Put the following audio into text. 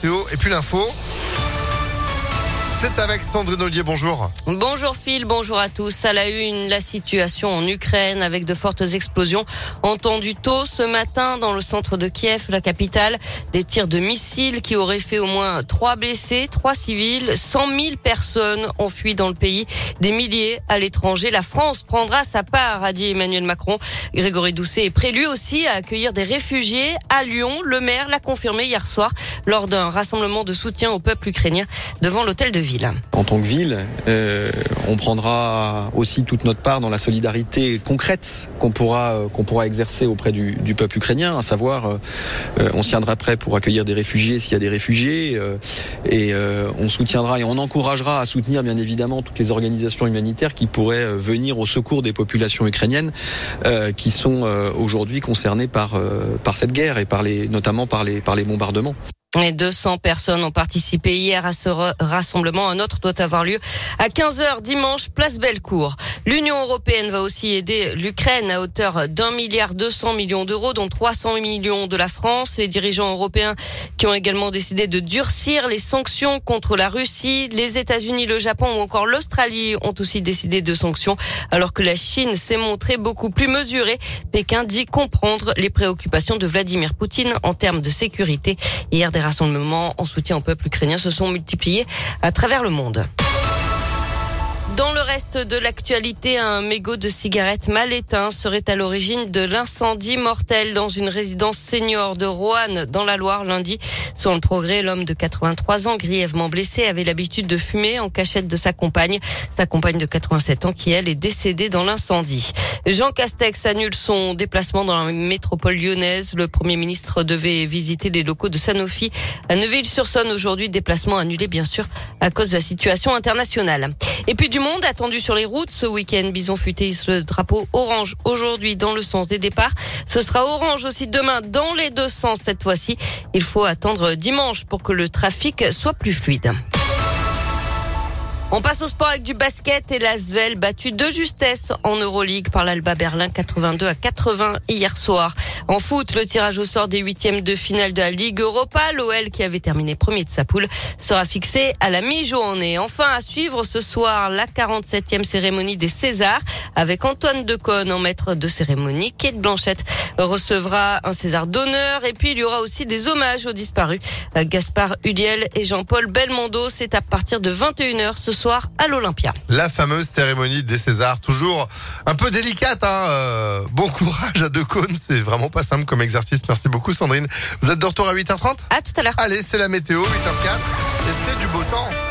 météo et puis l'info. C'est avec Sandrine Ollier, bonjour. Bonjour Phil, bonjour à tous. À la une, la situation en Ukraine avec de fortes explosions entendues tôt ce matin dans le centre de Kiev, la capitale. Des tirs de missiles qui auraient fait au moins 3 blessés, 3 civils. 100 000 personnes ont fui dans le pays, des milliers à l'étranger. La France prendra sa part, a dit Emmanuel Macron. Grégory Doucet est prêt lui aussi à accueillir des réfugiés à Lyon. Le maire l'a confirmé hier soir lors d'un rassemblement de soutien au peuple ukrainien devant l'hôtel de ville. En tant que ville, on prendra aussi toute notre part dans la solidarité concrète qu'on pourra exercer auprès du peuple ukrainien, à savoir on se tiendra prêt pour accueillir des réfugiés s'il y a des réfugiés et on soutiendra et on encouragera à soutenir bien évidemment toutes les organisations humanitaires qui pourraient venir au secours des populations ukrainiennes qui sont aujourd'hui concernées par cette guerre et notamment par les bombardements. Et 200 personnes ont participé hier à ce rassemblement. Un autre doit avoir lieu à 15h dimanche, place Bellecour. L'Union européenne va aussi aider l'Ukraine à hauteur d'1,2 milliard d'euros, dont 300 millions de la France. Les dirigeants européens qui ont également décidé de durcir les sanctions contre la Russie. Les États-Unis, le Japon ou encore l'Australie ont aussi décidé de sanctions, alors que la Chine s'est montrée beaucoup plus mesurée. Pékin dit comprendre les préoccupations de Vladimir Poutine en termes de sécurité. Hier, des rassemblements en soutien au peuple ukrainien se sont multipliés à travers le monde. Dans le reste de l'actualité, un mégot de cigarette mal éteint serait à l'origine de l'incendie mortel dans une résidence senior de Roanne dans la Loire lundi. Selon le Progrès, l'homme de 83 ans, grièvement blessé, avait l'habitude de fumer en cachette de sa compagne de 87 ans qui, elle, est décédée dans l'incendie. Jean Castex annule son déplacement dans la métropole lyonnaise. Le Premier ministre devait visiter les locaux de Sanofi à Neuville-sur-Saône aujourd'hui. Déplacement annulé, bien sûr, à cause de la situation internationale. Et puis du monde attendu sur les routes ce week-end. Bison Futé hisse le drapeau orange aujourd'hui dans le sens des départs. Ce sera orange aussi demain dans les deux sens cette fois-ci. Il faut attendre dimanche pour que le trafic soit plus fluide. On passe au sport avec du basket et l'Asvel battu de justesse en Euroleague par l'Alba Berlin 82-80 hier soir. En foot, le tirage au sort des 8e de finale de la Ligue Europa, l'OL qui avait terminé premier de sa poule sera fixé à la mi-journée. Enfin, à suivre ce soir, la 47e cérémonie des Césars avec Antoine Decaune en maître de cérémonie. Kate Blanchette recevra un César d'honneur et puis il y aura aussi des hommages aux disparus. Gaspard Huliel et Jean-Paul Belmondo, c'est à partir de 21h ce soir à l'Olympia. La fameuse cérémonie des Césars, toujours un peu délicate. Bon courage à Decaune, c'est vraiment pas simple comme exercice. Merci beaucoup Sandrine. Vous êtes de retour à 8h30 ? À tout à l'heure. Allez, c'est la météo, 8h04 et c'est du beau temps.